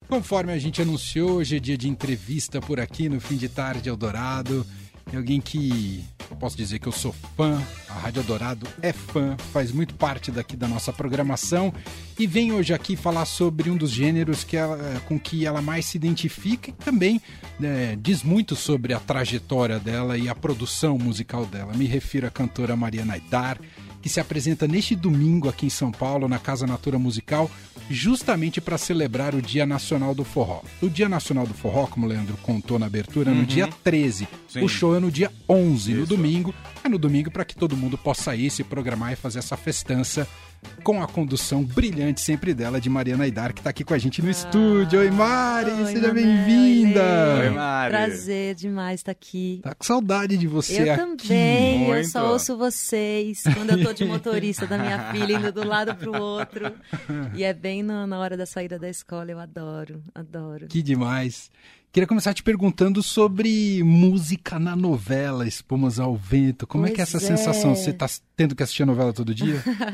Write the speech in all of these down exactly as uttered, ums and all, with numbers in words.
Conforme a gente anunciou, hoje é dia de entrevista por aqui no Fim de Tarde Eldorado. É alguém que eu posso dizer que eu sou fã, a Rádio Eldorado é fã, faz muito parte daqui da nossa programação e vem hoje aqui falar sobre um dos gêneros que ela, com que ela mais se identifica e também né, diz muito sobre a trajetória dela e a produção musical dela. Me refiro à cantora Mariana Aidar, que se apresenta neste domingo aqui em São Paulo, na Casa Natura Musical, justamente para celebrar o Dia Nacional do Forró. O Dia Nacional do Forró, como o Leandro contou na abertura, é no uhum. dia treze. Sim. O show é no dia onze, Isso. no domingo. É no domingo para que todo mundo possa ir, se programar e fazer essa festança com a condução brilhante sempre dela, de Mariana Aidar, que está aqui com a gente no ah, estúdio. Oi, Mari! Oi, seja bem-vinda! Oi, Mari! Prazer demais estar aqui. Tá com saudade de você eu aqui. Eu também, Muito. eu só ouço vocês quando eu tô de motorista da minha filha, indo do lado pro outro. E é bem no, na hora da saída da escola, eu adoro, adoro. Que demais! Queria começar te perguntando sobre música na novela Espumas ao Vento. Como pois é que é essa é. sensação? Você tá tendo que assistir a novela todo dia?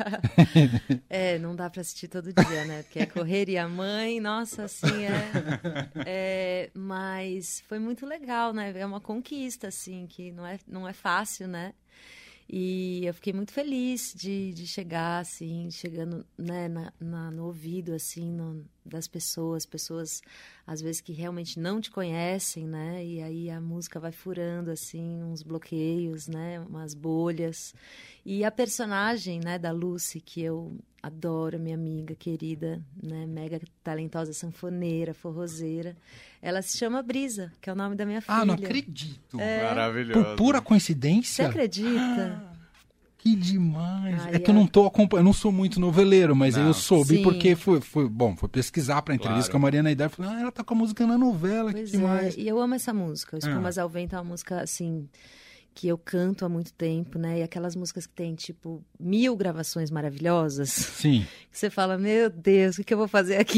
É, não dá para assistir todo dia, né? Porque é correria, mãe, nossa, assim, é, é... Mas foi muito legal, né? É uma conquista, assim, que não é, não é fácil, né? E eu fiquei muito feliz de, de chegar, assim, chegando né, na, na, no ouvido, assim, no, das pessoas, pessoas, às vezes, que realmente não te conhecem, né? E aí a música vai furando, assim, uns bloqueios, né? Umas bolhas. E a personagem, né, da Lucy, que eu adoro, minha amiga querida, né? Mega talentosa sanfoneira, forrozeira. Ela se chama Brisa, que é o nome da minha filha. Ah, não acredito. É... Maravilhoso. Por pura coincidência? Você acredita? Ah, que demais. Ai, é que eu não tô acompanhando, eu não sou muito noveleiro, mas não. eu soube Sim. porque foi, foi, bom, foi pesquisar pra entrevista Claro. com a Mariana Aidar, falei, ah, ela tá com a música na novela, Pois que demais. é, e eu amo essa música. Espumas Ah. ao Vento é uma música, assim, que eu canto há muito tempo, né? E aquelas músicas que tem, tipo, mil gravações maravilhosas. Sim. Que você fala, meu Deus, o que, que eu vou fazer aqui?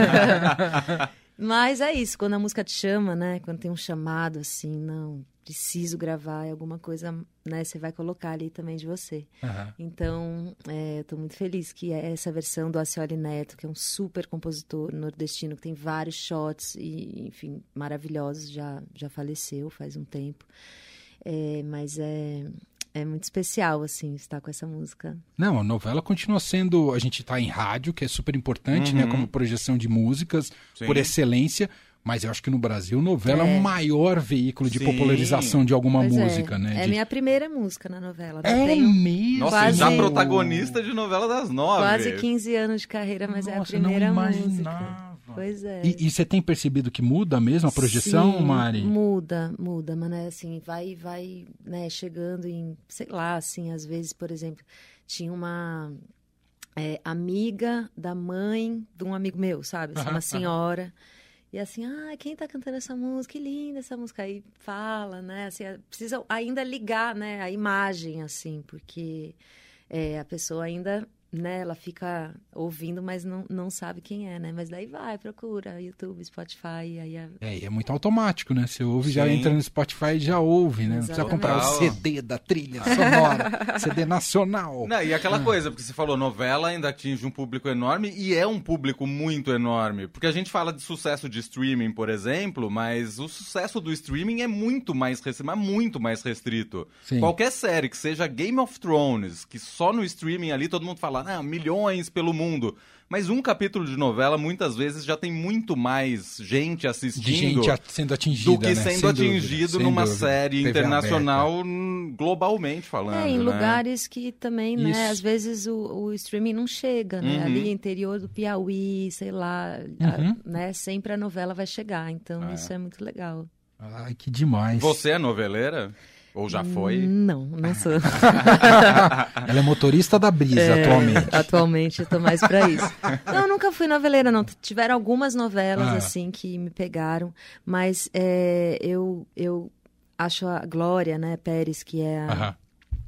Mas é isso, quando a música te chama, né? Quando tem um chamado, assim, não, preciso gravar alguma coisa, né? Você vai colocar ali também de você. Uhum. Então, é, eu tô muito feliz que é essa versão do Acioli Neto, que é um super compositor nordestino, que tem vários shots, e, enfim, maravilhosos, já, já faleceu faz um tempo. É, mas é... É muito especial, assim, estar com essa música. Não, a novela continua sendo... A gente tá em rádio, que é super importante, Uhum. né? Como projeção de músicas, Sim. por excelência. Mas eu acho que no Brasil, novela é, é o maior veículo de Sim. popularização de alguma Pois música, é. né? É a de... minha primeira música na novela. É tenho mesmo? Nossa, Quase- já protagonista de novela das nove. quase quinze anos de carreira, mas Nossa, é a primeira não música. imaginava. Pois é. E, e você tem percebido que muda mesmo a projeção, Sim, Mari? muda, muda, mas é assim, vai, vai, né, chegando em, sei lá, assim, às vezes, por exemplo, tinha uma é, amiga da mãe de um amigo meu, sabe? Assim, uma senhora. E assim, ah, quem tá cantando essa música? Que linda essa música. Aí fala, né? Assim, precisa ainda ligar, né, a imagem, assim, porque é, a pessoa ainda... né, ela fica ouvindo, mas não, não sabe quem é, né? Mas daí vai, procura YouTube, Spotify, aí a... É, e é muito automático, né? Você ouve, Sim. já entra no Spotify e já ouve, né? Não precisa comprar o C D da trilha sonora, C D nacional. Não, e aquela coisa, porque você falou, novela ainda atinge um público enorme, e é um público muito enorme. Porque a gente fala de sucesso de streaming, por exemplo, mas o sucesso do streaming é muito mais restrito, mas muito mais restrito. Sim. Qualquer série que seja Game of Thrones, que só no streaming ali todo mundo fala, ah, milhões pelo mundo. Mas um capítulo de novela, muitas vezes, já tem muito mais gente assistindo de gente a- sendo atingida, do que né? sendo Sem atingido dúvida, numa sem dúvida. série T V internacional hum, globalmente falando. É, em né? lugares que também, né, Isso. às vezes o, o streaming não chega, né? Uhum. Ali interior do Piauí, sei lá, Uhum. a, né, sempre a novela vai chegar, então É. isso é muito legal. Ai, que demais. Você é noveleira? Ou já foi? Não, não sou. Ela é motorista da Brisa É, atualmente. Atualmente eu tô mais pra isso. Não, eu nunca fui noveleira, não. Tiveram algumas novelas, Ah. assim, que me pegaram, mas é, eu, eu acho a Glória, né, Pérez, que é a, Aham.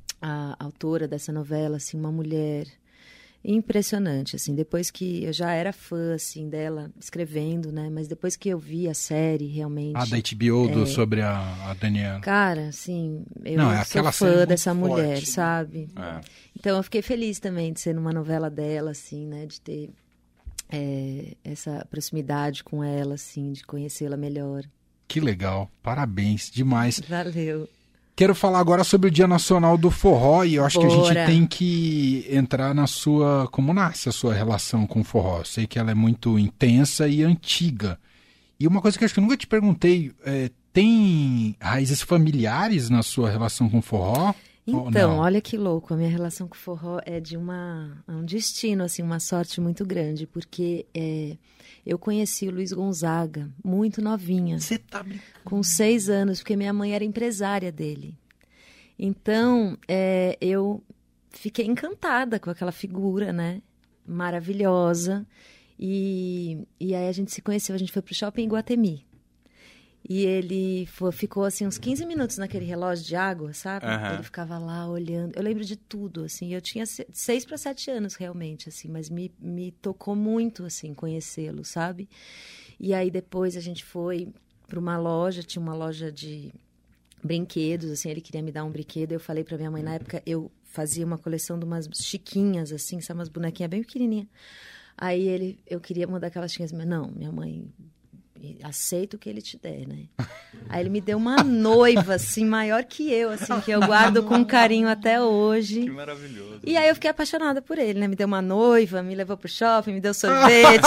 a autora dessa novela, assim, uma mulher impressionante, assim, depois que eu já era fã, assim, dela escrevendo, né, mas depois que eu vi a série, realmente... Ah, da H B O do, é, sobre a, a Daniela. Cara, assim, eu Não, é sou aquela série fã muito dessa mulher, forte, né? sabe? É. Então eu fiquei feliz também de ser numa novela dela, assim, né, de ter é, essa proximidade com ela, assim, de conhecê-la melhor. Que legal, parabéns, demais. Valeu. Quero falar agora sobre o Dia Nacional do Forró e eu acho Bora. que a gente tem que entrar na sua... Como nasce a sua relação com o forró? Eu sei que ela é muito intensa e antiga. E uma coisa que eu acho que eu nunca te perguntei, é, tem raízes familiares na sua relação com o forró? Então, olha que louco, a minha relação com o forró é de uma, um destino, assim, uma sorte muito grande, porque é, eu conheci o Luiz Gonzaga muito novinha. Você tá brincando? Com seis anos, porque minha mãe era empresária dele. Então, é, eu fiquei encantada com aquela figura, né? Maravilhosa. E, e aí a gente se conheceu, a gente foi pro shopping em Iguatemi. E ele foi, ficou, assim, uns quinze minutos naquele relógio de água, sabe? Uhum. Ele ficava lá olhando. Eu lembro de tudo, assim. Eu tinha seis para sete anos, realmente, assim. Mas me, me tocou muito, assim, conhecê-lo, sabe? E aí, depois, a gente foi para uma loja. Tinha uma loja de brinquedos, assim. Ele queria me dar um brinquedo. Eu falei para minha mãe, na época, eu fazia uma coleção de umas chiquinhas, assim, sabe? Umas bonequinhas bem pequenininhas. Aí, ele, eu queria mandar aquelas chiquinhas. Mas, não, minha mãe... aceita o que ele te der, né? Aí ele me deu uma noiva, assim, maior que eu, assim, que eu guardo com carinho até hoje. Que maravilhoso. E aí eu fiquei apaixonada por ele, né? Me deu uma noiva, me levou pro shopping, me deu sorvete.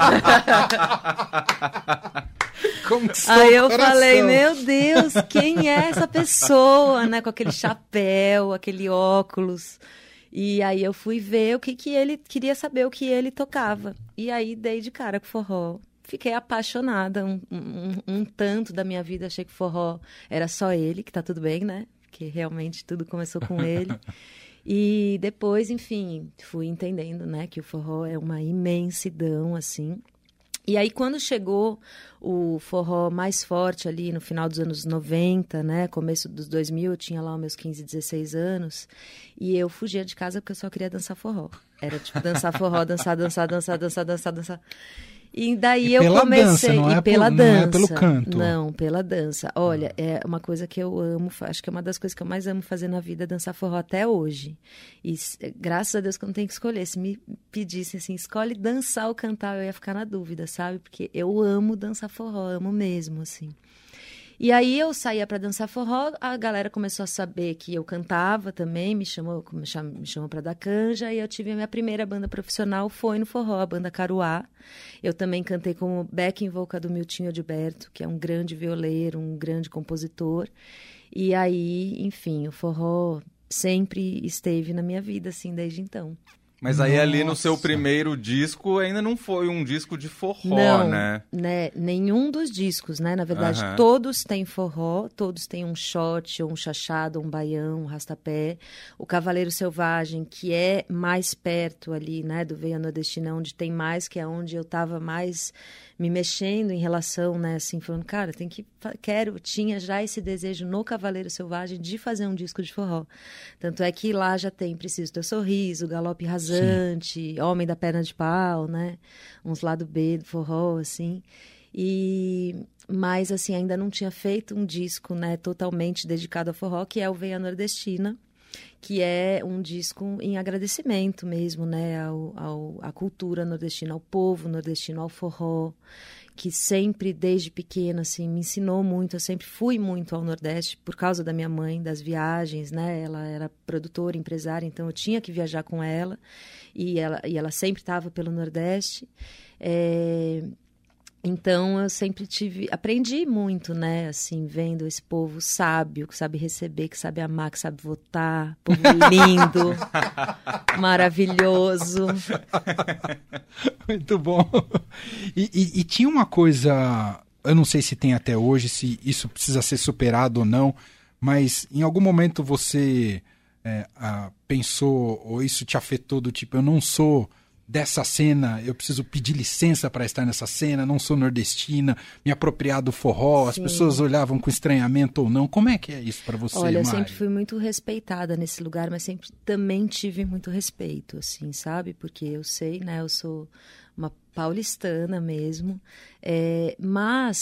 Aí eu coração. Falei, meu Deus, quem é essa pessoa, né? Com aquele chapéu, aquele óculos. E aí eu fui ver o que que ele... Queria saber o que ele tocava. E aí dei de cara com forró. Fiquei apaixonada, um, um, um tanto da minha vida, achei que forró era só ele, que tá tudo bem, né? Porque realmente tudo começou com ele. E depois, enfim, fui entendendo, né, que o forró é uma imensidão, assim. E aí, quando chegou o forró mais forte ali no final dos anos noventa, né, começo dos dois mil, eu tinha lá os meus quinze, dezesseis anos, e eu fugia de casa porque eu só queria dançar forró. Era tipo dançar forró, dançar, dançar, dançar, dançar, dançar, dançar. E daí e eu pela comecei... Dança, não e é pela por, dança. Não é pelo canto. Não, pela dança. Olha, é uma coisa que eu amo, acho que é uma das coisas que eu mais amo fazer na vida, dançar forró até hoje. E graças a Deus que eu não tenho que escolher. Se me pedissem assim, escolhe dançar ou cantar, eu ia ficar na dúvida, sabe? Porque eu amo dançar forró, amo mesmo, assim. E aí eu saía para dançar forró, a galera começou a saber que eu cantava também, me chamou, me chamou, me chamou para dar canja, e eu tive a minha primeira banda profissional, foi no forró, a banda Caruá. Eu também cantei como backing vocal do Miltinho Adilberto, que é um grande violeiro, um grande compositor. E aí, enfim, o forró sempre esteve na minha vida, assim, desde então. Mas aí Nossa. Ali no seu primeiro disco ainda não foi um disco de forró, não, né? né? Nenhum dos discos, né? Na verdade, Uhum. todos têm forró, todos têm um shot, um chachado, um baião, um rastapé. O Cavaleiro Selvagem, que é mais perto ali, né? Do Veia Nordestina, onde tem mais, que é onde eu tava mais me mexendo em relação, né? Assim, falando, cara, tem que... Quero, tinha já esse desejo no Cavaleiro Selvagem de fazer um disco de forró. Tanto é que lá já tem Preciso Teu Sorriso, Galope Rasante, Sim. Homem da Perna de Pau, né? Uns lado B do forró, assim. E... Mas, assim, ainda não tinha feito um disco, né? Totalmente dedicado ao forró, que é o Veia Nordestina, que é um disco em agradecimento mesmo, né, ao, ao, à cultura nordestina, ao povo nordestino, ao forró, que sempre, desde pequena, assim, me ensinou muito. Eu sempre fui muito ao Nordeste por causa da minha mãe, das viagens, né, ela era produtora, empresária, então eu tinha que viajar com ela, e ela, e ela sempre estava pelo Nordeste. É... Então, eu sempre tive... Aprendi muito, né? Assim, vendo esse povo sábio, que sabe receber, que sabe amar, que sabe votar. Povo lindo, maravilhoso. Muito bom. E, e, e tinha uma coisa... Eu não sei se tem até hoje, se isso precisa ser superado ou não, mas em algum momento você é, ah, pensou, ou isso te afetou do tipo, eu não sou... dessa cena, eu preciso pedir licença para estar nessa cena, não sou nordestina, me apropriar do forró, Sim. As pessoas olhavam com estranhamento ou não. Como é que é isso para você, Olha, eu Mari? sempre fui muito respeitada nesse lugar, mas sempre também tive muito respeito, assim, sabe? Porque eu sei, né, eu sou uma paulistana mesmo, é, mas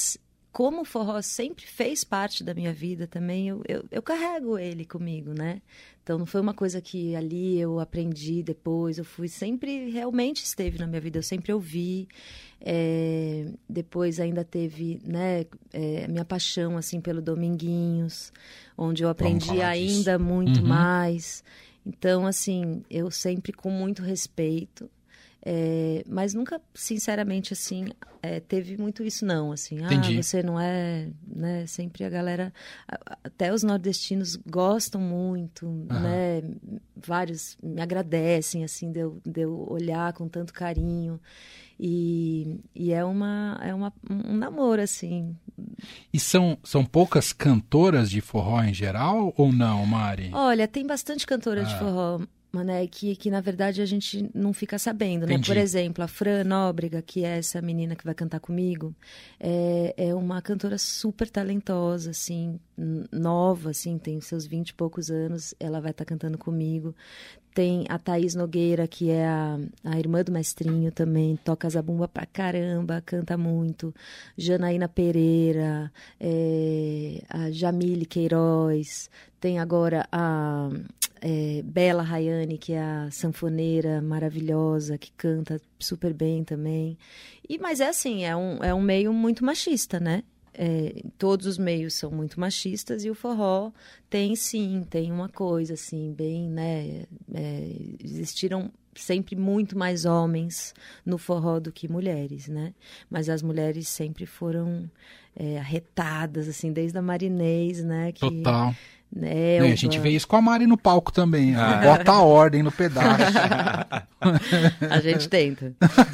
como o forró sempre fez parte da minha vida também, eu, eu, eu carrego ele comigo, né? Então não foi uma coisa que ali eu aprendi depois, eu fui sempre, realmente esteve na minha vida, eu sempre ouvi. É, depois ainda teve, né, é, minha paixão assim pelo Dominguinhos, onde eu aprendi ainda muito uhum. mais. Então, assim, eu sempre com muito respeito. É, mas nunca, sinceramente, assim, é, teve muito isso, não, assim, Entendi. ah, você não é, né, sempre a galera, até os nordestinos gostam muito, uhum. né, vários me agradecem, assim, de eu, de eu olhar com tanto carinho, e, e é, uma, é uma, um namoro, assim. E são, são poucas cantoras de forró em geral, ou não, Mari? Olha, tem bastante cantora ah. de forró, né, que, que na verdade a gente não fica sabendo, né? Por exemplo, a Fran Nóbrega, que é essa menina que vai cantar comigo, é, é uma cantora super talentosa, assim, nova, assim, tem seus vinte e poucos anos, ela vai estar tá cantando comigo. Tem a Thaís Nogueira, que é a, a irmã do Mestrinho também, toca zabumba pra caramba, canta muito. Janaína Pereira, é, a Jamile Queiroz, tem agora a é, Bela Rayane, que é a sanfoneira maravilhosa, que canta super bem também. E, mas é assim, é um, é um meio muito machista, né? É, todos os meios são muito machistas e o forró tem sim, tem uma coisa assim, bem, né, é, existiram sempre muito mais homens no forró do que mulheres, né, mas as mulheres sempre foram é, arretadas, assim, desde a Marinês, né, que... Total. Né, a gente vê isso com a Mari no palco também. Ela bota a ordem no pedaço. A gente tenta.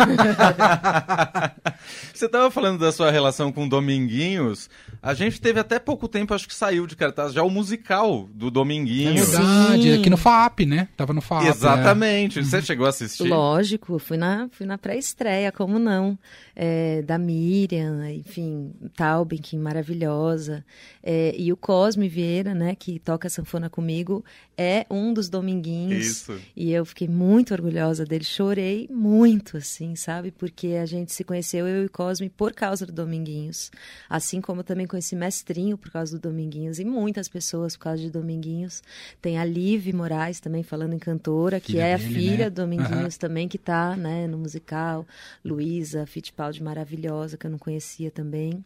Você estava falando da sua relação com Dominguinhos. A gente teve até pouco tempo, acho que saiu de cartaz já o musical do Dominguinhos. É verdade, Sim. aqui no F A P, né? Tava no F A P. Exatamente. É. Você chegou a assistir? Lógico, fui na, fui na pré-estreia, como não? É, da Miriam, enfim, Taubenkin, maravilhosa. É, e o Cosme Vieira, né? Que toca sanfona comigo, é um dos Dominguinhos. Isso. E eu fiquei muito orgulhosa dele, chorei muito, assim, sabe? Porque a gente se conheceu, eu e o Cosme, por causa do Dominguinhos. Assim como eu também conheci Mestrinho por causa do Dominguinhos, e muitas pessoas por causa de Dominguinhos. Tem a Liv Moraes também, falando em cantora, que filha é a dele, filha né? do Dominguinhos uhum. também, que tá, né, no musical. Luísa Fittipaldi, maravilhosa, que eu não conhecia também.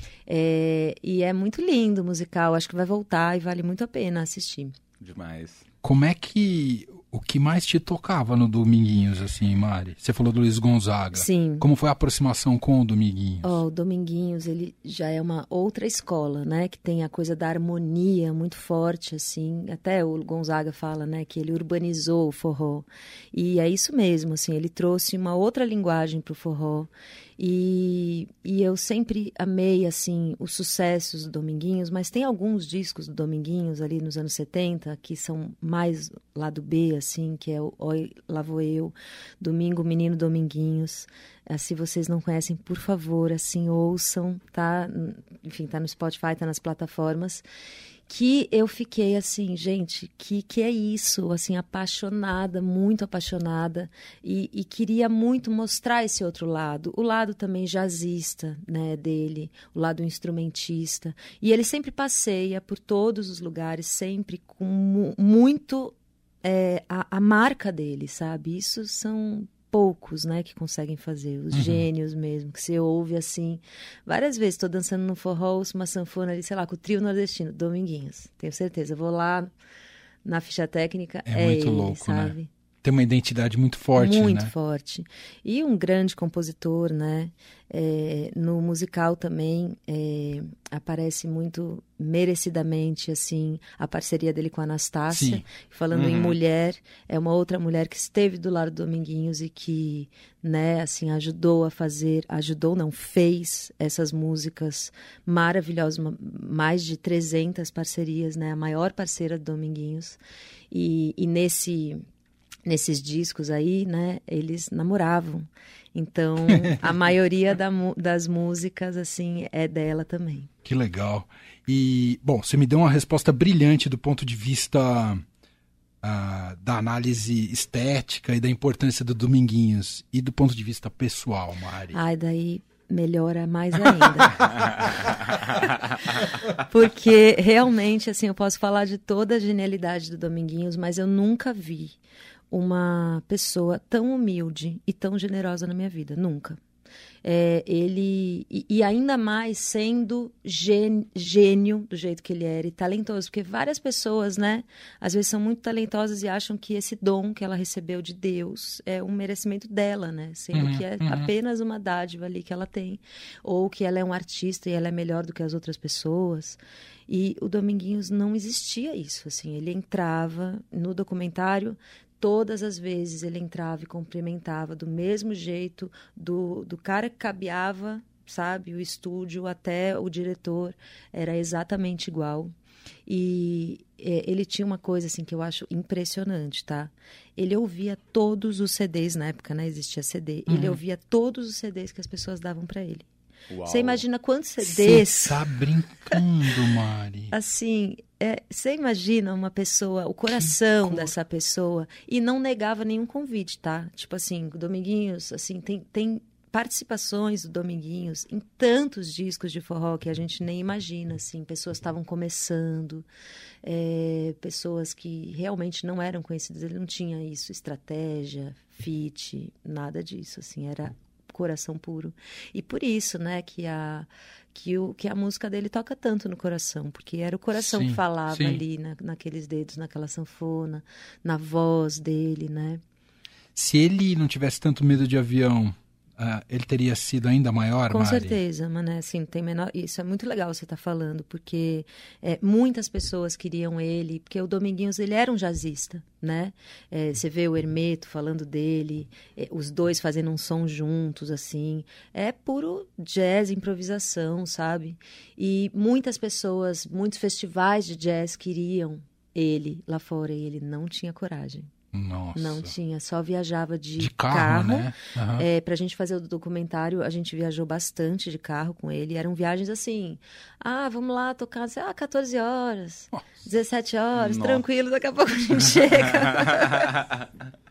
É, e é muito lindo o musical, acho que vai voltar e vale muito a pena assistir. Demais. Como é que... O que mais te tocava no Dominguinhos, assim, Mari? Você falou do Luiz Gonzaga. Sim. Como foi a aproximação com o Dominguinhos? Oh, o Dominguinhos, ele já é uma outra escola, né? Que tem a coisa da harmonia muito forte, assim. Até o Gonzaga fala, né? Que ele urbanizou o forró. E é isso mesmo, assim. Ele trouxe uma outra linguagem para o forró. E, e eu sempre amei, assim, os sucessos do Dominguinhos, mas tem alguns discos do Dominguinhos ali nos anos setenta que são mais lado B, assim, que é o Oi, Lá Vou Eu, Domingo, Menino Dominguinhos. Ah, se vocês não conhecem, por favor, assim, ouçam, tá? Enfim, tá no Spotify, tá nas plataformas. Que eu fiquei assim, gente, que, que é isso? Assim, apaixonada, muito apaixonada. E, e queria muito mostrar esse outro lado. O lado também jazzista, né, dele. O lado instrumentista. E ele sempre passeia por todos os lugares, sempre com mu- muito é, a, a marca dele, sabe? Isso são... poucos, né, que conseguem fazer, os uhum. gênios mesmo, que você ouve assim, várias vezes, estou dançando no forró, ouço uma sanfona ali, sei lá, com o trio nordestino, Dominguinhos, tenho certeza, vou lá na ficha técnica, é, é muito ele, louco, sabe? Né? Tem uma identidade muito forte, muito né? forte. E um grande compositor, né? É, no musical também é, aparece muito merecidamente, assim, a parceria dele com a Anastácia. Sim. Falando uhum. em mulher, é uma outra mulher que esteve do lado do Dominguinhos e que, né, assim, ajudou a fazer, ajudou, não, fez essas músicas maravilhosas, mais de trezentas parcerias, né? A maior parceira do Dominguinhos. E, e nesse... Nesses discos aí, né, eles namoravam. Então, a maioria da, das músicas, assim, é dela também. Que legal. E, bom, você me deu uma resposta brilhante do ponto de vista uh, da análise estética e da importância do Dominguinhos. E do ponto de vista pessoal, Mari? Ai, daí, melhora mais ainda. Porque realmente, assim, eu posso falar de toda a genialidade do Dominguinhos, mas eu nunca vi uma pessoa tão humilde e tão generosa na minha vida. Nunca. É, ele e, e ainda mais sendo gênio, gênio do jeito que ele era e talentoso, porque várias pessoas, né, às vezes são muito talentosas e acham que esse dom que ela recebeu de Deus é um merecimento dela, né, sendo uhum, que é uhum. apenas uma dádiva ali que ela tem, ou que ela é um artista e ela é melhor do que as outras pessoas. E o Dominguinhos não existia isso, assim, ele entrava no documentário. Todas as vezes ele entrava e cumprimentava do mesmo jeito, do, do cara que cabeava, sabe, o estúdio até o diretor, era exatamente igual. E é, ele tinha uma coisa assim que eu acho impressionante, tá? Ele ouvia todos os C Ds, na época, né, existia C D, uhum. ele ouvia todos os C Ds que as pessoas davam para ele. Você imagina quantos C Ds... Você tá brincando, Mari. Assim, você é, imagina uma pessoa, o coração que dessa pessoa, e não negava nenhum convite, tá? Tipo assim, Dominguinhos, assim, tem, tem participações do Dominguinhos em tantos discos de forró que a gente nem imagina, assim. Pessoas estavam começando, é, pessoas que realmente não eram conhecidas. Ele não tinha isso, estratégia, feat, nada disso, assim, era... coração puro. E por isso, né, que a, que, o, que a música dele toca tanto no coração, porque era o coração sim, que falava sim. ali na, naqueles dedos, naquela sanfona, na voz dele, né? Se ele não tivesse tanto medo de avião, uh, ele teria sido ainda maior, Com Mari? certeza, mas assim, tem menor... Isso é muito legal você estar tá falando, porque é, muitas pessoas queriam ele, porque o Dominguinhos, ele era um jazzista, né? É, você vê o Hermeto falando dele, é, os dois fazendo um som juntos, assim. É puro jazz, improvisação, sabe? E muitas pessoas, muitos festivais de jazz queriam ele lá fora e ele não tinha coragem. Nossa. Não tinha, só viajava de, de carro, carro. Né? Uhum. É, pra gente fazer o documentário, a gente viajou bastante de carro com ele. Eram viagens assim, ah, vamos lá tocar, ah, quatorze horas, Nossa. dezessete horas, Nossa. tranquilo, daqui a pouco a gente chega.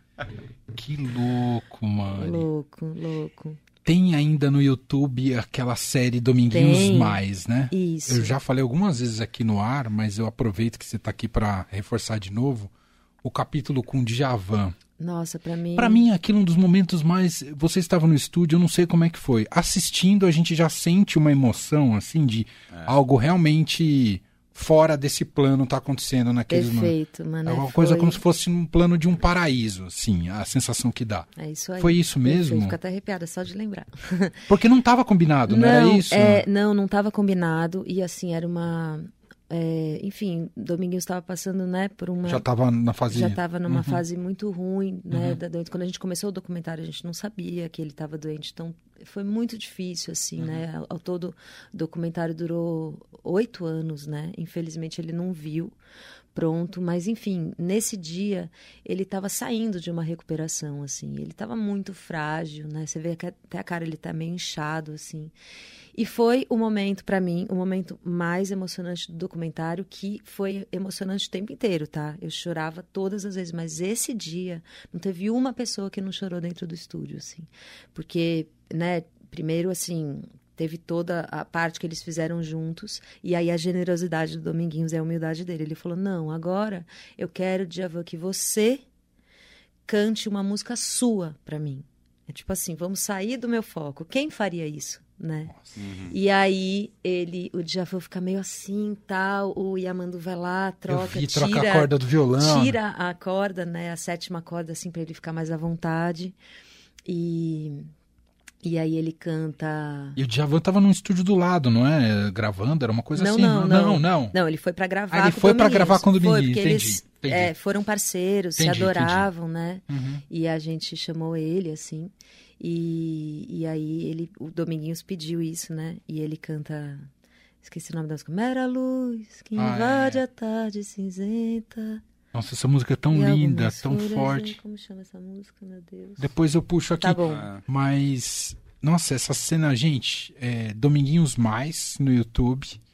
Que louco, mano. Louco, louco. Tem ainda no YouTube aquela série Dominguinhos Tem. Mais, né? Isso. Eu já falei algumas vezes aqui no ar, mas eu aproveito que você tá aqui para reforçar de novo. O capítulo com Djavan. Nossa, pra mim... Pra mim, aquilo é um dos momentos mais... Você estava no estúdio, eu não sei como é que foi. Assistindo, a gente já sente uma emoção, assim, de é. algo realmente fora desse plano tá acontecendo naqueles momentos. Perfeito, mano. É uma foi... coisa como se fosse um plano de um paraíso, assim, a sensação que dá. É isso aí. Foi isso mesmo? Fico até arrepiada só de lembrar. Porque não estava combinado, não, não era isso? É, não, não estava combinado. E, assim, era uma... É, enfim, Dominguinhos estava passando, né, por uma... Já estava na fase... Já estava numa uhum. fase muito ruim, né, uhum. da doença. Quando a gente começou o documentário, a gente não sabia que ele estava doente, então foi muito difícil, assim, uhum. né, ao, ao todo o documentário durou oito anos, né, infelizmente ele não viu pronto, mas enfim, nesse dia ele estava saindo de uma recuperação, assim, ele estava muito frágil, né, você vê que até a cara ele tá meio inchado, assim. E foi o momento, para mim, o momento mais emocionante do documentário, que foi emocionante o tempo inteiro, tá? Eu chorava todas as vezes, mas esse dia não teve uma pessoa que não chorou dentro do estúdio, assim. Porque, né, primeiro, assim, teve toda a parte que eles fizeram juntos, e aí a generosidade do Dominguinhos é a humildade dele. Ele falou, não, agora eu quero, Djavan, que você cante uma música sua para mim. É tipo assim, vamos sair do meu foco. Quem faria isso? Né? Uhum. E aí ele, o Djavan fica meio assim, tal, o Yamandu vai lá, troca, vi, tira, troca a corda do violão, tira a corda, né, a sétima corda, assim, para ele ficar mais à vontade. E e aí ele canta. E o Djavan tava num estúdio do lado, não é? Gravando, era uma coisa não, assim. Não, não, não, não. Não, ele foi para gravar. Ah, ele foi para gravar com o Dominguinhos. Foi porque entendi, eles entendi. É, foram parceiros, entendi, se adoravam, entendi. né? Uhum. E a gente chamou ele, assim. E, e aí ele, o Dominguinhos pediu isso, né? E ele canta... Esqueci o nome da música. Mera luz que ah, invade é. a tarde cinzenta. Nossa, essa música é tão e linda, tão folhas, forte. Como chama essa música, meu Deus? Depois eu puxo aqui. Tá bom. Mas, nossa, essa cena, gente, é Dominguinhos Mais no YouTube.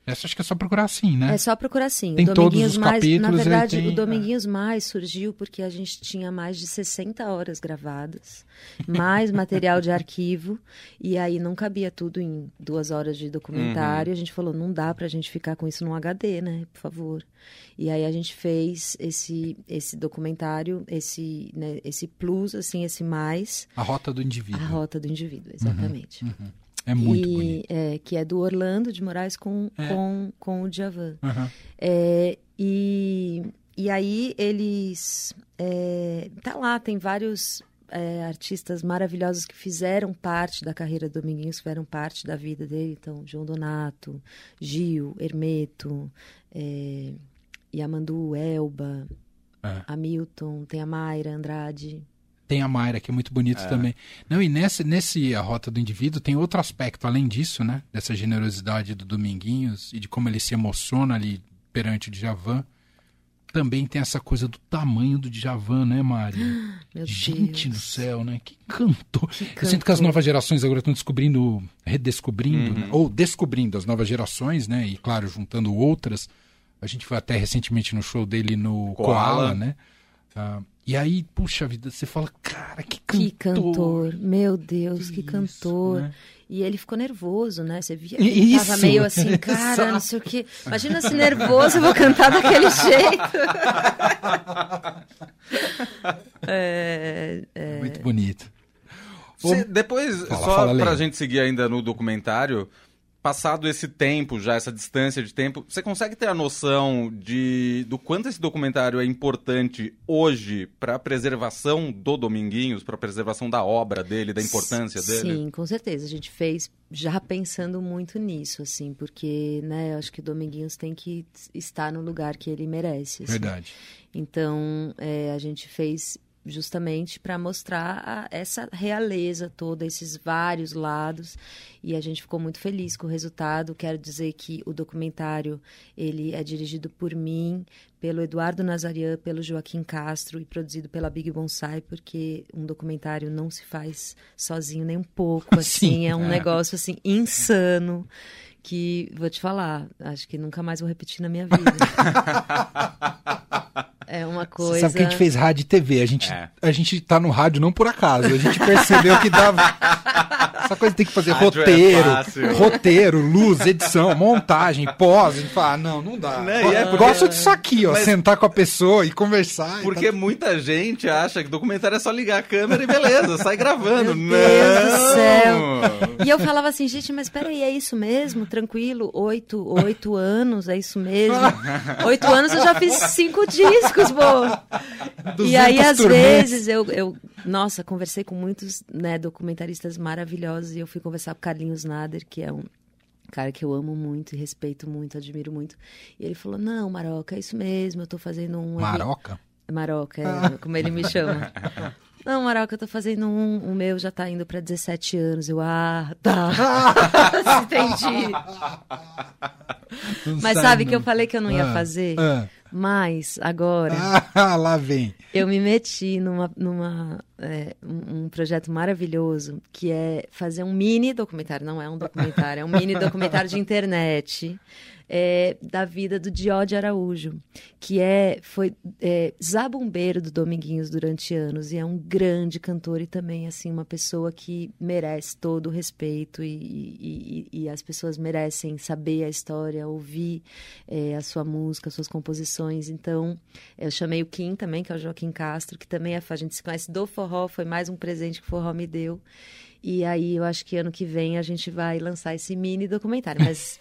Essa acho que é só procurar assim, né? É só procurar assim. Tem o Dominguinhos todos os Mais, capítulos, na verdade, tem... o Dominguinhos Mais surgiu porque a gente tinha mais de sessenta horas gravadas, mais material de arquivo, e aí não cabia tudo em duas horas de documentário. Uhum. A gente falou, não dá pra gente ficar com isso num H D, né? Por favor. E aí a gente fez esse, esse documentário, esse, né, esse plus, assim, esse mais. A Rota do Indivíduo. A Rota do Indivíduo, exatamente. Uhum, uhum. É muito e, bonito. É, que é do Orlando de Moraes com, é. com, com o Djavan. Uhum. É, e, e aí eles... É, tá lá, tem vários é, artistas maravilhosos que fizeram parte da carreira do Dominguinhos, fizeram parte da vida dele. Então, João Donato, Gil, Hermeto, é, Yamandu, Elba, é. Hamilton, tem a Mayra Andrade... Tem a Mayra, que é muito bonito é. também. Não, e nesse, nesse A Rota do Indivíduo tem outro aspecto, além disso, né? Dessa generosidade do Dominguinhos e de como ele se emociona ali perante o Djavan. Também tem essa coisa do tamanho do Djavan, né, Mari? Meu Gente Deus. do céu, né? Que cantor. Que cantor. Eu sinto que as novas gerações agora estão descobrindo, redescobrindo, uhum. né? Ou descobrindo as novas gerações, né? E, claro, juntando outras. A gente foi até recentemente no show dele no Koala, Koala né? Uh, e aí, puxa vida, você fala, cara, que cantor. Que cantor, meu Deus, que, que cantor. Isso, né? E ele ficou nervoso, né? Você via que ele isso. tava meio assim, cara, não sei o quê. Imagina se nervoso, eu vou cantar daquele jeito. é, é... Muito bonito. Você, depois, fala, só fala, pra gente seguir ainda no documentário... Passado esse tempo, já essa distância de tempo, você consegue ter a noção de, do quanto esse documentário é importante hoje para a preservação do Dominguinhos, para a preservação da obra dele, da importância Sim, dele? Sim, com certeza. A gente fez já pensando muito nisso, assim, porque, né, eu acho que o Dominguinhos tem que estar no lugar que ele merece. Assim. Verdade. Então, é, a gente fez... justamente para mostrar a, essa realeza toda, esses vários lados, e a gente ficou muito feliz com o resultado. Quero dizer que o documentário ele é dirigido por mim, pelo Eduardo Nazarian, pelo Joaquim Castro e produzido pela Big Bonsai, porque um documentário não se faz sozinho nem um pouco, assim, Sim, é um é. negócio assim insano, que vou te falar, acho que nunca mais vou repetir na minha vida. É uma coisa... Você sabe que a gente fez rádio e T V, a gente, é. a gente tá no rádio não por acaso, a gente percebeu que dava... Essa coisa tem que fazer rádio roteiro, é roteiro, luz, edição, montagem, pós, a gente fala, ah, não, não dá. Não, e é porque... Gosto disso aqui, ó, Mas... sentar com a pessoa e conversar. Porque e tá... muita gente acha que documentário é só ligar a câmera e beleza, sai gravando. Meu não! Deus do céu! E eu falava assim, gente, mas peraí, é isso mesmo? Tranquilo, oito, oito anos, é isso mesmo? Oito anos eu já fiz cinco discos, pô! E aí, às turmentos. vezes, eu, eu, nossa, conversei com muitos, né, documentaristas maravilhosos, e eu fui conversar com o Carlinhos Nader, que é um cara que eu amo muito e respeito muito, admiro muito. E ele falou, não, Maroca, é isso mesmo, eu tô fazendo um... Maroca? Maroca, é, como ele me chama. Não, Maroca, eu tô fazendo um, o meu já tá indo pra dezessete anos. Eu, ah, tá. Entendi. Não Mas sabe, sabe que eu falei que eu não ia ah, fazer? Ah. Mas, agora... Ah, lá vem. Eu me meti numa, numa é, um, um projeto maravilhoso, que é fazer um mini documentário. Não é um documentário, é um mini documentário de internet. É, da vida do Diode Araújo, que é, foi é, zabumbeiro do Dominguinhos durante anos, e é um grande cantor e também assim, uma pessoa que merece todo o respeito, e, e, e, e as pessoas merecem saber a história, ouvir é, a sua música, as suas composições. Então, eu chamei o Kim também, que é o Joaquim Castro, que também é, a gente se conhece do forró, foi mais um presente que o forró me deu. E aí, eu acho que ano que vem a gente vai lançar esse mini documentário, mas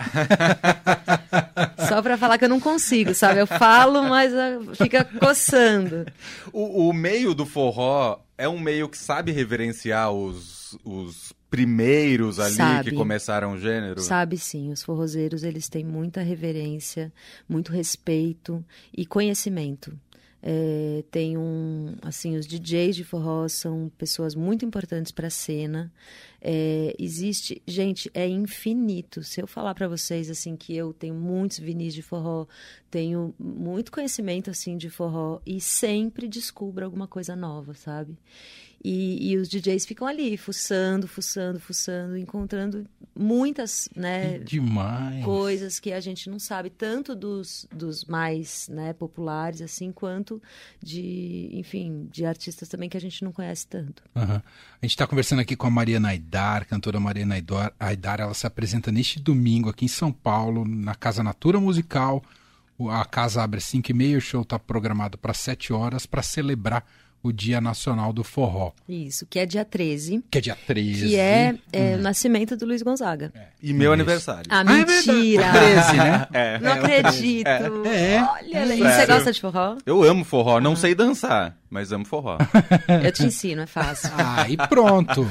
só para falar que eu não consigo, sabe? Eu falo, mas fica coçando. O, o meio do forró é um meio que sabe reverenciar os, os primeiros ali sabe, que começaram o gênero? Sabe sim, os forrozeiros, eles têm muita reverência, muito respeito e conhecimento. É, tem um, assim, os D Js de forró são pessoas muito importantes para a cena. É, existe, gente, é infinito. Se eu falar para vocês assim que eu tenho muitos vinis de forró, tenho muito conhecimento assim de forró e sempre descubro alguma coisa nova, sabe? E, e os D Js ficam ali, fuçando, fuçando, fuçando, encontrando muitas, né, demais. coisas que a gente não sabe, tanto dos, dos mais, né, populares, assim, quanto de, enfim, de artistas também que a gente não conhece tanto. Uhum. A gente está conversando aqui com a Mariana Aidar, cantora Mariana Aidar. Aidar, ela se apresenta neste domingo aqui em São Paulo, na Casa Natura Musical. A casa abre às cinco e meia, o show está programado para sete horas para celebrar o Dia Nacional do Forró. Isso, que é dia treze. Que é dia treze. Que é, é hum. o nascimento do Luiz Gonzaga. É. E meu Isso. aniversário. Ah, mentira! Ah, é treze, né? É. Não acredito. É. É. Olha, é. E você gosta de forró? Eu amo forró, não ah. sei dançar, mas amo forró. Eu te ensino, é fácil. Ah, e pronto.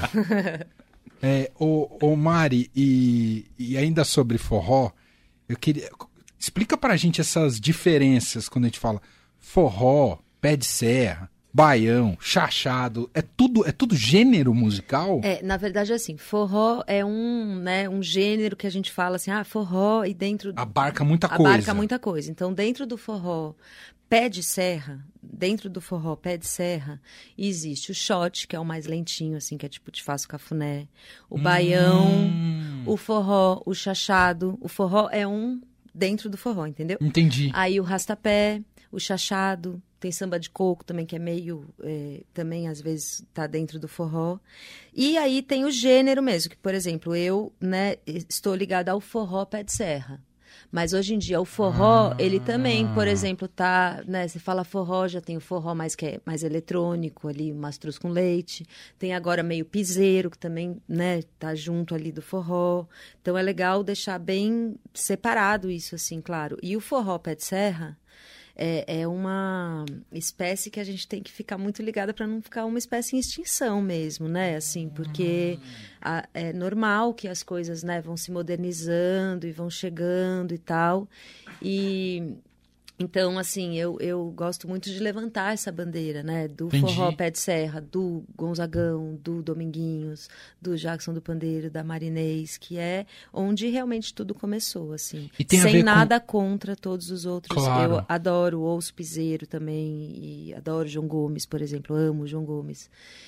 é, ô, ô Mari, e, e ainda sobre forró, eu queria... Explica pra gente essas diferenças quando a gente fala forró, pé de serra, baião, chachado, é tudo, é tudo gênero musical? É, na verdade, assim, forró é um, né, um gênero que a gente fala assim, ah, forró e dentro... Abarca muita abarca coisa. Abarca muita coisa. Então, dentro do forró pé de serra, dentro do forró pé de serra, existe o shot, que é o mais lentinho, assim, que é tipo Te Faço Cafuné, o baião, hum. o forró, o chachado. O forró é um dentro do forró, entendeu? Entendi. Aí o rastapé, o chachado... Tem samba de coco também, que é meio... É, também, às vezes, tá dentro do forró. E aí tem o gênero mesmo, que, por exemplo, eu, né, estou ligada ao forró pé de serra. Mas, hoje em dia, o forró, ah. ele também, por exemplo, tá... Né, você fala forró, já tem o forró mais, que é mais eletrônico, ali, o mastruz com leite. Tem agora meio piseiro, que também, né, tá junto ali do forró. Então, é legal deixar bem separado isso, assim, claro. E o forró pé de serra... É, é uma espécie que a gente tem que ficar muito ligada para não ficar uma espécie em extinção mesmo, né? Assim, porque a, é normal que as coisas, né, vão se modernizando e vão chegando e tal. E... Então, assim, eu, eu gosto muito de levantar essa bandeira, né? Do Entendi. Forró pé de serra, do Gonzagão, do Dominguinhos, do Jackson do Pandeiro, da Marinês, que é onde realmente tudo começou, assim. E tem Sem a ver nada com... contra todos os outros. Claro. Eu adoro, ouço piseiro também, e adoro João Gomes, por exemplo, amo João Gomes.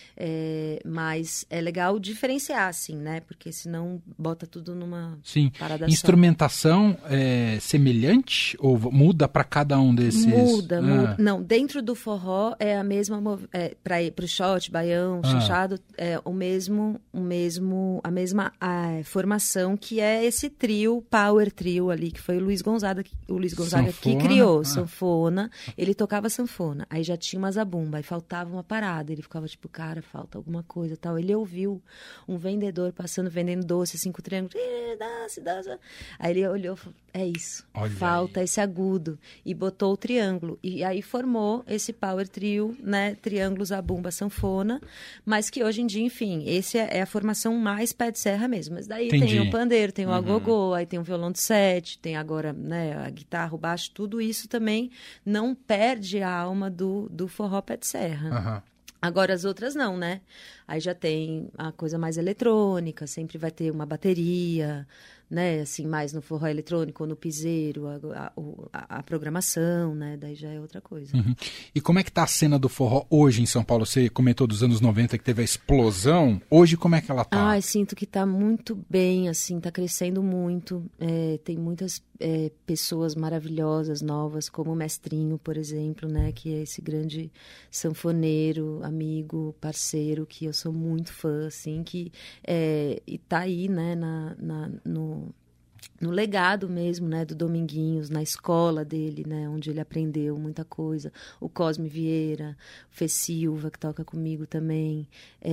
É, mas é legal diferenciar, assim, né? Porque senão bota tudo numa Sim. parada Instrumentação é semelhante ou muda para cada um desses? Muda, ah. muda. Não, dentro do forró é a mesma... É, para o shot, baião, ah. chachado, é o mesmo, o mesmo, a mesma a, formação que é esse trio, power trio ali, que foi o Luiz Gonzaga, o Luiz Gonzaga que criou, ah. sanfona. Ele tocava sanfona, aí já tinha uma zabumba, aí faltava uma parada, ele ficava tipo, cara, falta alguma coisa, tal. Ele ouviu um vendedor passando, vendendo doce, cinco triângulos, dança, dança. Aí ele olhou, é isso, Olha falta aí. Esse agudo, e botou o triângulo, e aí formou esse power trio, né, triângulo, zabumba, sanfona, mas que hoje em dia, enfim, esse é a formação mais pé de serra mesmo, mas daí Entendi. Tem o pandeiro, tem o uhum. agogô, aí tem o violão de sete, tem agora, né, a guitarra, o baixo, tudo isso também não perde a alma do, do forró pé de serra. Aham. Uhum. Agora as outras não, né? Aí já tem a coisa mais eletrônica, sempre vai ter uma bateria, né? Assim, mais no forró eletrônico ou no piseiro, a, a, a programação, né? Daí já é outra coisa. Uhum. E como é que tá a cena do forró hoje em São Paulo? Você comentou dos anos noventa que teve a explosão. Hoje como é que ela tá? Ai, sinto que tá muito bem, assim, tá crescendo muito. É, tem muitas é, pessoas maravilhosas, novas, como o Mestrinho, por exemplo, né? Que é esse grande sanfoneiro, amigo, parceiro, que eu sou muito fã, assim, que é, e tá aí, né, na, na, no, no legado mesmo, né, do Dominguinhos, na escola dele, né, onde ele aprendeu muita coisa. O Cosme Vieira, o Fê Silva, que toca comigo também.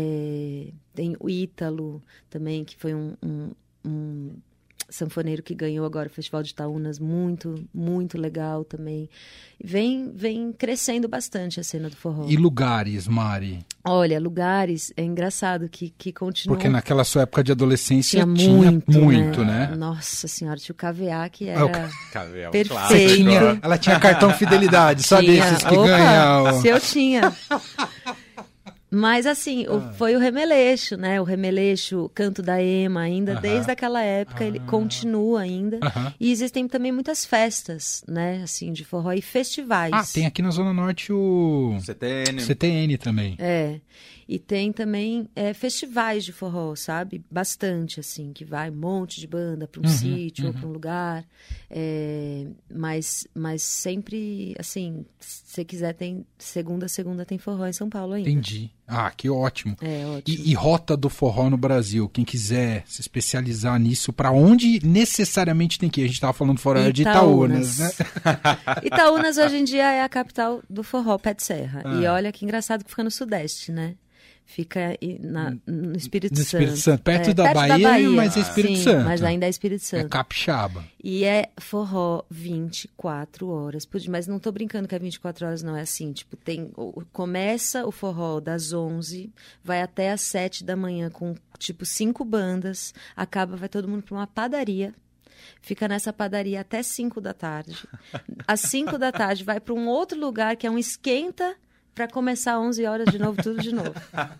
É, tem o Ítalo também, que foi um... um, um sanfoneiro que ganhou agora o Festival de Itaúnas, muito, muito legal também. Vem, vem crescendo bastante a cena do forró. E lugares, Mari? Olha, lugares, é engraçado que, que continua... Porque naquela sua época de adolescência tinha, tinha muito, muito, né? né? Nossa senhora, tinha o K V A que era K- perfeito. Tinha, ela tinha cartão fidelidade, só tinha. desses que Opa, ganham. se eu tinha... Mas, assim, Ah. o, foi o Remeleixo, né? O Remeleixo, Canto da Ema, ainda Aham. desde aquela época, ele Ah. continua ainda. Aham. E existem também muitas festas, né? Assim, de forró e festivais. Ah, tem aqui na Zona Norte o C T N. C T N também. É, e tem também é, festivais de forró, sabe? Bastante, assim, que vai um monte de banda para um Uhum, sítio ou uhum. para um lugar. É, mas, mas sempre, assim, se você quiser, tem segunda, segunda tem forró em São Paulo ainda. Entendi. Ah, que ótimo. É, ótimo. E, e rota do forró no Brasil, quem quiser se especializar nisso, pra onde necessariamente tem que ir? A gente tava falando fora de Itaúnas, né? Itaúnas hoje em dia é a capital do forró, pé de serra. Ah. E olha que engraçado que fica no Sudeste, né? Fica i- na- no Espírito No Santo. Espírito Santo, perto É, da Bahia, mas é Espírito Sim, Santo. mas ainda é Espírito É Santo. capixaba. E é forró vinte e quatro horas por dia. Mas não tô brincando que é vinte e quatro horas, não. É assim, tipo, tem... o- Começa o forró das onze, vai até às sete da manhã com, tipo, cinco bandas. Acaba, vai todo mundo pra uma padaria. Fica nessa padaria até cinco da tarde. Às cinco da tarde vai para um outro lugar que é um esquenta para começar às onze horas de novo, tudo de novo.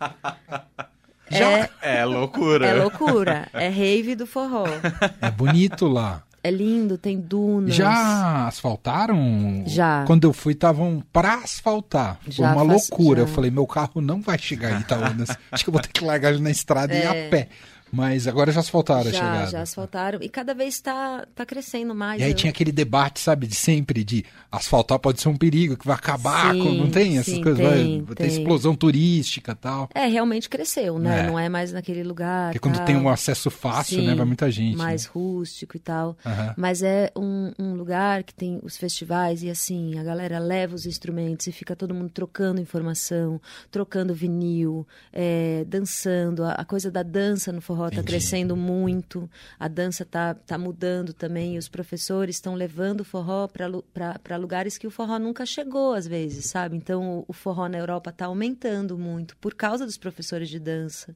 É, É loucura. é loucura. É rave do forró. É bonito lá. É lindo, tem dunas. Já asfaltaram? Já. Quando eu fui, estavam pra asfaltar. Foi Já uma faz- loucura. já. Eu falei, meu carro não vai chegar em Itaúnas. Acho que eu vou ter que largar ele na estrada e ir É. a pé. Mas agora já asfaltaram a Já, chegada. já asfaltaram. E cada vez está tá crescendo mais. E aí Eu- tinha aquele debate, sabe, de sempre, de asfaltar pode ser um perigo, que vai acabar, Sim, com... não tem essas sim, coisas? tem, vai vai ter tem. explosão turística e tal. É, realmente cresceu, né? É. Não é mais naquele lugar. Porque quando tal. tem um acesso fácil, Sim, né, vai muita gente. mais né? rústico e tal. Aham. Mas é um, um lugar que tem os festivais e assim, a galera leva os instrumentos e fica todo mundo trocando informação, trocando vinil, é, dançando. A, a coisa da dança no forró está Entendi. crescendo muito. A dança tá, tá mudando também. E os professores estão levando o forró para lugares que o forró nunca chegou, às vezes, sabe? Então, o, o forró na Europa está aumentando muito por causa dos professores de dança.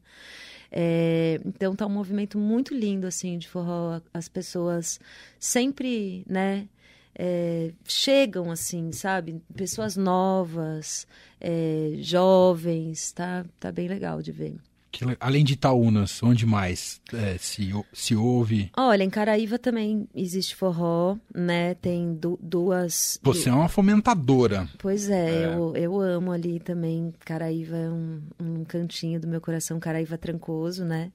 É, então tá um movimento muito lindo assim de forró. As pessoas sempre, né, é, chegam assim, sabe? Pessoas novas, é, jovens, tá, tá bem legal de ver. Que le- além de Itaúnas, onde mais é, se, ou- se ouve? Olha, em Caraíva também existe forró, né? Tem du- duas. Você é uma fomentadora. Pois é, É. Eu, eu amo ali também. Caraíva é um, um cantinho do meu coração, Caraíva Trancoso, né?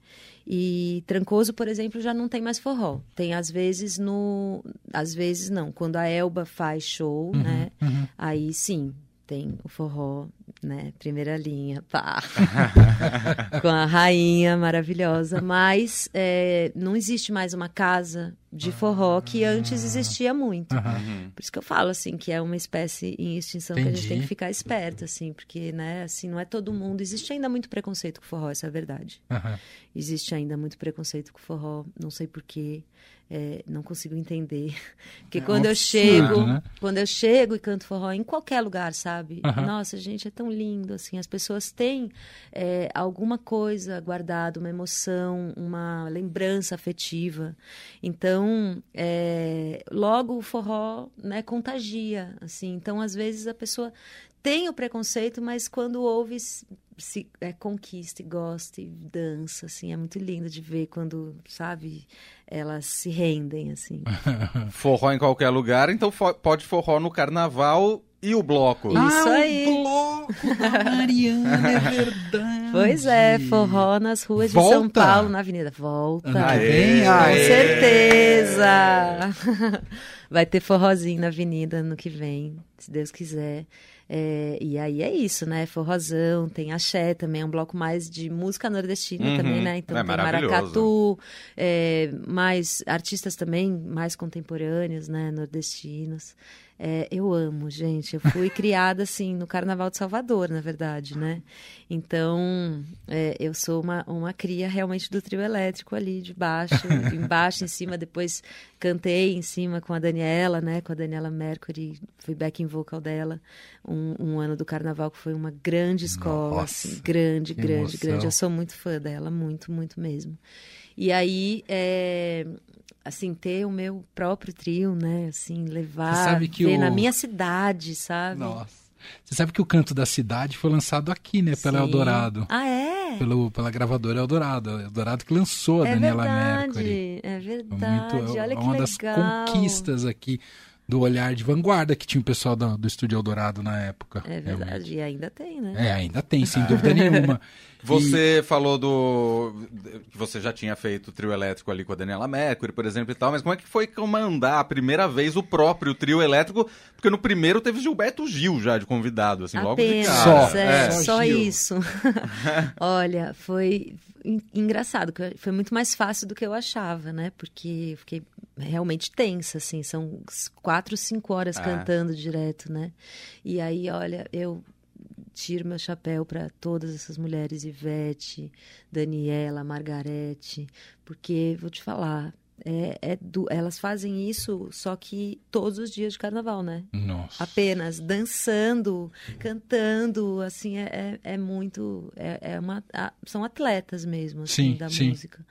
E Trancoso, por exemplo, já não tem mais forró. Tem às vezes no. Às vezes não. Quando a Elba faz show, né? uhum. Aí sim, tem o forró, né? Primeira linha, pá. Com a rainha maravilhosa. Mas é, não existe mais uma casa de forró que antes existia muito. Aham. Uhum. Por isso que eu falo, assim, que é uma espécie em extinção que a gente Entendi. tem que ficar esperto, assim, porque, né, assim, não é todo mundo. Existe ainda muito preconceito com forró, essa é a verdade. Aham. Existe ainda muito preconceito com forró, não sei porquê, é, não consigo entender. Porque É um quando eu absurdo, chego, né? quando eu chego e canto forró em qualquer lugar, sabe? Aham. Nossa, gente, é tão lindo, assim, as pessoas têm é, alguma coisa guardada, uma emoção, uma lembrança afetiva. Então, é, logo o forró, né, contagia, assim. Então, às vezes a pessoa tem o preconceito, mas quando ouve se, se é, conquista e gosta e dança, assim, é muito lindo de ver quando, sabe, elas se rendem, assim. Forró em qualquer lugar, então fo- pode forró no carnaval e o bloco. Isso ah, aí. o bloco da Mariana, é verdade. Pois é, forró nas ruas de Volta? São Paulo, na Avenida. Volta. Ano que Aê. vem? Com Aê. certeza! Vai ter forrozinho na avenida ano que vem, se Deus quiser. É, e aí é isso, né? Forrozão, tem axé também, é um bloco mais de música nordestina Uhum. também, né? Então É tem maravilhoso. maracatu, é, mais artistas também, mais contemporâneos, né? Nordestinos. É, eu amo, gente. Eu fui criada, assim, no Carnaval de Salvador, na verdade, né? Então, é, eu sou uma, uma cria realmente do trio elétrico ali, de baixo, embaixo, em cima. Depois cantei em cima com a Daniela, né? Com a Daniela Mercury, fui backing vocal dela. Um, um ano do Carnaval que foi uma grande escola, Nossa, assim, grande, que grande, emoção. grande. Eu sou muito fã dela, muito, muito mesmo. E aí, é, assim, ter o meu próprio trio, né? Assim, levar, Você sabe que ver o- na minha cidade, sabe? Nossa. Você sabe que o Canto da Cidade foi lançado aqui, né? Pela Sim. Eldorado. Ah, é? Pelo, pela gravadora Eldorado. A Eldorado que lançou a É Daniela verdade, Mercury. é Foi verdade. muito, Olha é que uma legal. das conquistas aqui do olhar de vanguarda que tinha o pessoal do, do Estúdio Eldorado na época. É verdade, realmente. E ainda tem, né? É, ainda tem, sem dúvida nenhuma. Você e... falou do que você já tinha feito o trio elétrico ali com a Daniela Mercury, por exemplo, e tal, mas como é que foi comandar a primeira vez o próprio trio elétrico? Porque no primeiro teve Gilberto Gil já de convidado, assim, logo de cara. Só, é, é. só isso. Olha, foi engraçado, foi muito mais fácil do que eu achava, né? Porque eu fiquei realmente tensa, assim, são quatro, cinco horas ah. cantando direto, né? E aí, olha, eu tiro meu chapéu para todas essas mulheres, Ivete, Daniela, Margarete, porque, vou te falar, é, é do, elas fazem isso só que todos os dias de carnaval, né? Nossa. Apenas dançando, cantando, assim, é, é, é muito... É, é uma, a, são atletas mesmo, assim, sim, da sim. música.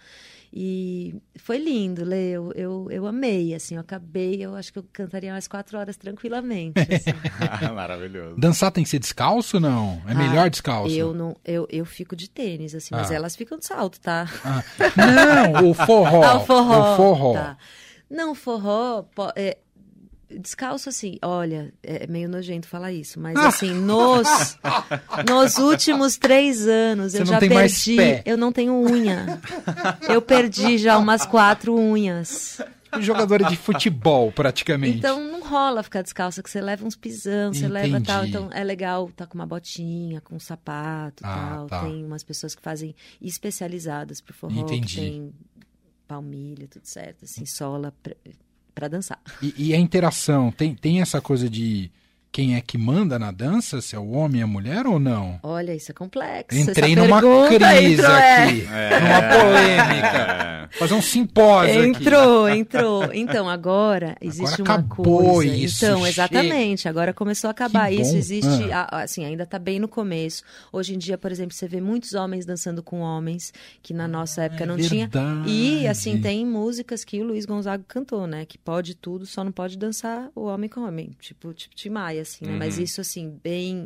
E foi lindo, Lê, eu, eu, eu amei, assim, eu acabei, eu acho que eu cantaria mais quatro horas tranquilamente, assim. Maravilhoso. Dançar tem que ser descalço ou não? É melhor ah, descalço? Eu, não, eu, eu fico de tênis, assim, mas ah. elas ficam de salto, tá? Ah. Não, o forró. Ah, o forró. O forró. Tá. Não, forró... É, descalço, assim, olha, é meio nojento falar isso, mas assim, nos, nos últimos três anos, Você eu não já tem mais perdi, pé. eu não tenho unha. Eu perdi já umas quatro unhas. Jogadora de futebol, praticamente. Então não rola ficar descalça, que você leva uns pisão, você Entendi. leva tal. Então é legal tá com uma botinha, com um sapato e Ah, tal. tá. Tem umas pessoas que fazem especializadas pro forró, Entendi. que tem palmilha, tudo certo, assim, sola pra, pra dançar. E, e a interação, tem, tem essa coisa de quem é que manda na dança? Se é o homem e a mulher ou não? Olha, isso é complexo. Entrei Essa numa pergunta crise entrou, aqui, É. numa polêmica. É. Fazer um simpósio Entrou, entrou. Então, agora existe Agora uma acabou coisa. isso, Então, chega. exatamente. Agora começou a acabar Que isso. bom. Existe, Ah. a- assim, ainda está bem no começo. Hoje em dia, por exemplo, você vê muitos homens dançando com homens, que na nossa época é não verdade. tinha. E, assim, tem músicas que o Luiz Gonzaga cantou, né? Que pode tudo, só não pode dançar o homem com homem. Tipo, tipo Tim Maia, assim, né? Uhum. Mas isso, assim, bem...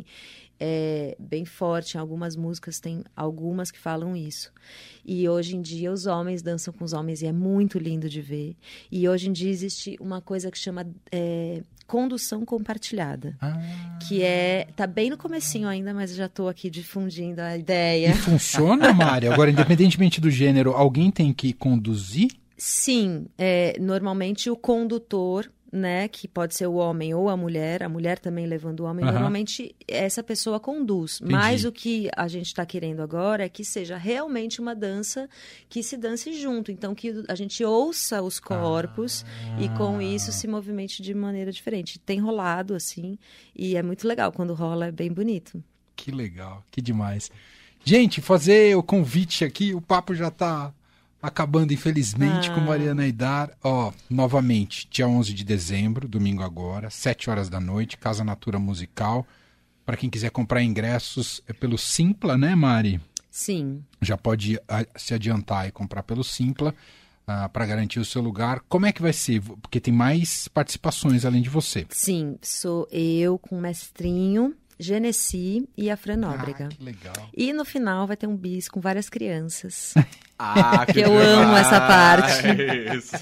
É, bem forte, em algumas músicas tem algumas que falam isso. E hoje em dia os homens dançam com os homens e é muito lindo de ver. E hoje em dia existe uma coisa que chama é, condução compartilhada, Ah. que é, tá bem no comecinho ainda, mas eu já estou aqui difundindo a E ideia. funciona, Mari? Agora, independentemente do gênero, alguém tem que conduzir? Sim, é, normalmente o condutor, né, que pode ser o homem ou a mulher, a mulher também levando o homem, Aham. normalmente essa pessoa conduz. Entendi. Mas o que a gente está querendo agora é que seja realmente uma dança que se dance junto. Então, que a gente ouça os corpos Ah. e com isso se movimente de maneira diferente. Tem rolado, assim, e é muito legal. Quando rola, é bem bonito. Que legal, que demais. Gente, fazer o convite aqui, o papo já está acabando, infelizmente, Ah. com Mariana Aidar. Ó, novamente, dia onze de dezembro, domingo agora, sete horas da noite, Casa Natura Musical. Para quem quiser comprar ingressos, é pelo Simpla, né, Mari? Sim. Já pode ah, se adiantar e comprar pelo Simpla para garantir o seu lugar. Como é que vai ser? Porque tem mais participações além de você. Sim, sou eu com o Mestrinho, Genesi e a Fran Ah, Nóbrega. que legal. E no final vai ter um bis com várias crianças. Ah, Que eu amo essa parte. demais.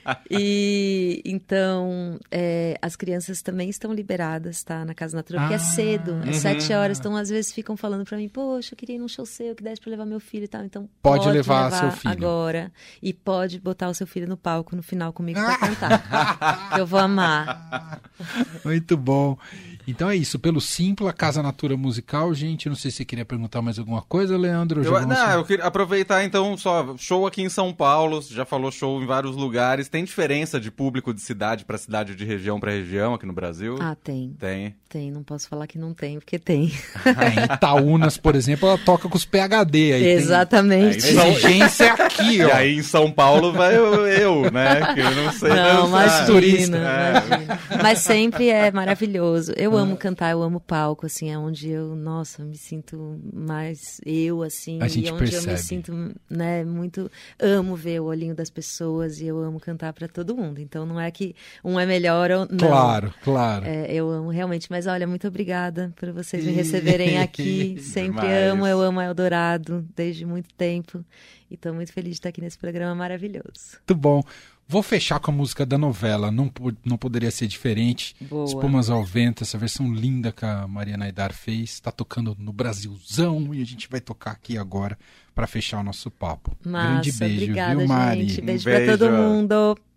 E então é, as crianças também estão liberadas, tá? Na Casa Natura, porque Ah, é cedo, é uhum. sete horas. Então, às vezes, ficam falando pra mim, poxa, eu queria ir num show seu, que desse pra levar meu filho e tal. Então, Pode pode, levar levar, seu filho. agora. E pode botar o seu filho no palco no final comigo pra cantar. Eu vou amar. Muito bom. Então é isso, pelo Simpla, Casa Natura Musical. Gente, não sei se você queria perguntar mais alguma coisa, Leandro. Já Eu, vamos- não, eu queria aproveitar então só, show aqui em São Paulo, você já falou show em vários lugares, tem diferença de público de cidade para cidade, de região para região aqui no Brasil? Ah, tem. Tem. Tem, não posso falar que não tem, porque tem. É, em Itaúnas, por exemplo, ela toca com os P H D. Aí Exatamente. Tem... A exigência é aqui, ó. E aí em São Paulo vai eu, eu, né, que eu não sei Não, dançar. imagina, turista. É. imagina. Mas sempre é maravilhoso. Eu eu amo cantar, eu amo palco, assim, é onde eu, nossa, me sinto mais eu, assim, A gente e onde percebe. eu me sinto, né, muito, amo ver o olhinho das pessoas e eu amo cantar pra todo mundo, então não é que um é melhor ou não. Claro, claro. É, eu amo realmente, mas olha, muito obrigada por vocês me receberem aqui, sempre Demais. amo, eu amo a Eldorado desde muito tempo e tô muito feliz de estar aqui nesse programa maravilhoso. Muito bom. Vou fechar com a música da novela, não, não poderia ser diferente. Boa. Espumas ao Vento, essa versão linda que a Maria Naidar fez. Está tocando no Brasilzão e a gente vai tocar aqui agora para fechar o nosso papo. Massa, Grande beijo, obrigada, viu, Mari? gente. Beijo, Um beijo. pra todo mundo.